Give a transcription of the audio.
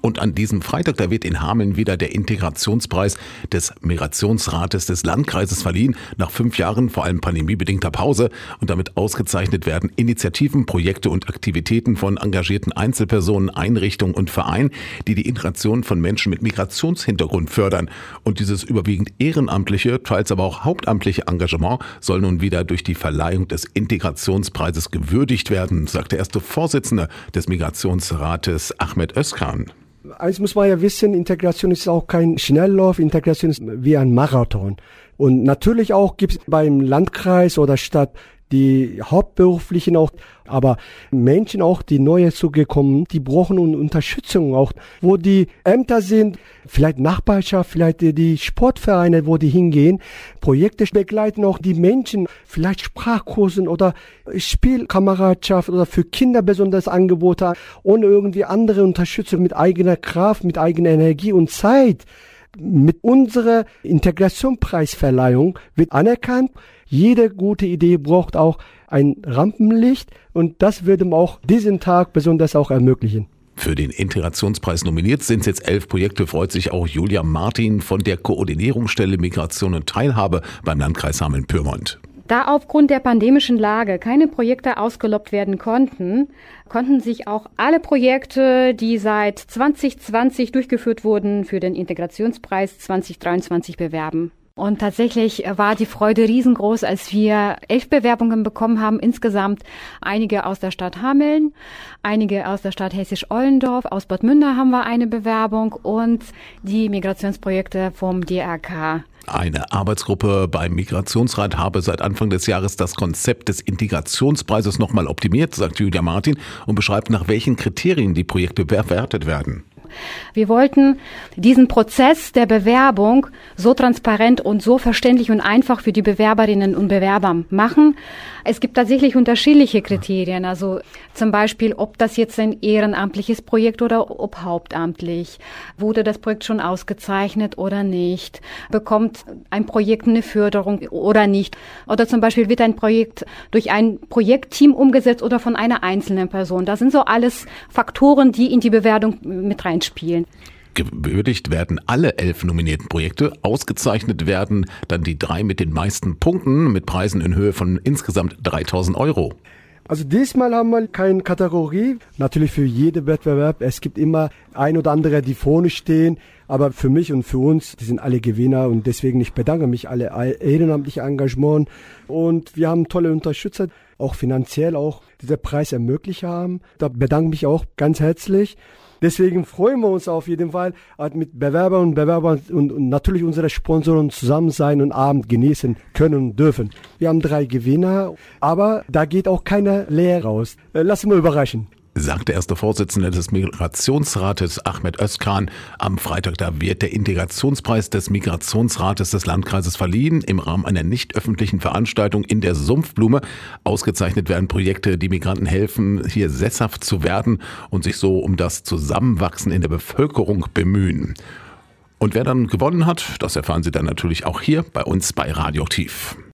Und an diesem Freitag, da wird in Hameln wieder der Integrationspreis des Migrationsrates des Landkreises verliehen. Nach 5 Jahren, vor allem pandemiebedingter Pause. Und damit ausgezeichnet werden Initiativen, Projekte und Aktivitäten von engagierten Einzelpersonen, Einrichtungen und Vereinen, die die Integration von Menschen mit Migrationshintergrund fördern. Und dieses überwiegend ehrenamtliche, teils aber auch hauptamtliche Engagement soll nun wieder durch die Verleihung des Integrationspreises gewürdigt werden, sagt der erste Vorsitzende des Migrationsrates, Ahmed Özkan. Eins muss man ja wissen, Integration ist auch kein Schnelllauf, Integration ist wie ein Marathon. Und natürlich auch gibt es beim Landkreis oder Stadt die Hauptberuflichen auch, aber Menschen auch, die neu zugekommen, die brauchen Unterstützung auch, wo die Ämter sind, vielleicht Nachbarschaft, vielleicht die Sportvereine, wo die hingehen, Projekte begleiten auch die Menschen, vielleicht Sprachkursen oder Spielkameradschaft oder für Kinder besonders Angebote, ohne irgendwie andere Unterstützung mit eigener Kraft, mit eigener Energie und Zeit. Mit unserer Integrationspreisverleihung wird anerkannt, jede gute Idee braucht auch ein Rampenlicht und das würde auch diesen Tag besonders auch ermöglichen. Für den Integrationspreis nominiert sind jetzt 11 Projekte, freut sich auch Julia Martin von der Koordinierungsstelle Migration und Teilhabe beim Landkreis Hameln-Pyrmont. Da aufgrund der pandemischen Lage keine Projekte ausgelobt werden konnten, konnten sich auch alle Projekte, die seit 2020 durchgeführt wurden, für den Integrationspreis 2023 bewerben. Und tatsächlich war die Freude riesengroß, als wir 11 Bewerbungen bekommen haben insgesamt. Einige aus der Stadt Hameln, einige aus der Stadt Hessisch-Ollendorf, aus Bad Münder haben wir eine Bewerbung und die Migrationsprojekte vom DRK. Eine Arbeitsgruppe beim Migrationsrat habe seit Anfang des Jahres das Konzept des Integrationspreises nochmal optimiert, sagt Julia Martin, und beschreibt, nach welchen Kriterien die Projekte bewertet werden. Wir wollten diesen Prozess der Bewerbung so transparent und so verständlich und einfach für die Bewerberinnen und Bewerber machen. Es gibt tatsächlich unterschiedliche Kriterien, also zum Beispiel, ob das jetzt ein ehrenamtliches Projekt oder ob hauptamtlich. Wurde das Projekt schon ausgezeichnet oder nicht? Bekommt ein Projekt eine Förderung oder nicht? Oder zum Beispiel wird ein Projekt durch ein Projektteam umgesetzt oder von einer einzelnen Person. Das sind so alles Faktoren, die in die Bewertung mit reinspielen. Gewürdigt werden alle 11 nominierten Projekte, ausgezeichnet werden dann die 3 mit den meisten Punkten mit Preisen in Höhe von insgesamt 3.000 €. Also diesmal haben wir keine Kategorie. Natürlich für jeden Wettbewerb. Es gibt immer ein oder andere, die vorne stehen. Aber für mich und für uns, die sind alle Gewinner. Und deswegen, ich bedanke mich alle ehrenamtliche Engagement. Und wir haben tolle Unterstützer, auch finanziell auch dieser Preis ermöglicht haben. Da bedanke ich mich auch ganz herzlich. Deswegen freuen wir uns auf jeden Fall, mit Bewerbern und Bewerbern und natürlich unsere Sponsoren zusammen sein und Abend genießen können und dürfen. Wir haben 3 Gewinner, aber da geht auch keiner leer raus. Lassen wir überraschen. Sagt der erste Vorsitzende des Migrationsrates, Ahmed Özkan. Am Freitag, da wird der Integrationspreis des Migrationsrates des Landkreises verliehen, im Rahmen einer nicht öffentlichen Veranstaltung in der Sumpfblume. Ausgezeichnet werden Projekte, die Migranten helfen, hier sesshaft zu werden und sich so um das Zusammenwachsen in der Bevölkerung bemühen. Und wer dann gewonnen hat, das erfahren Sie dann natürlich auch hier bei uns bei Radioaktiv.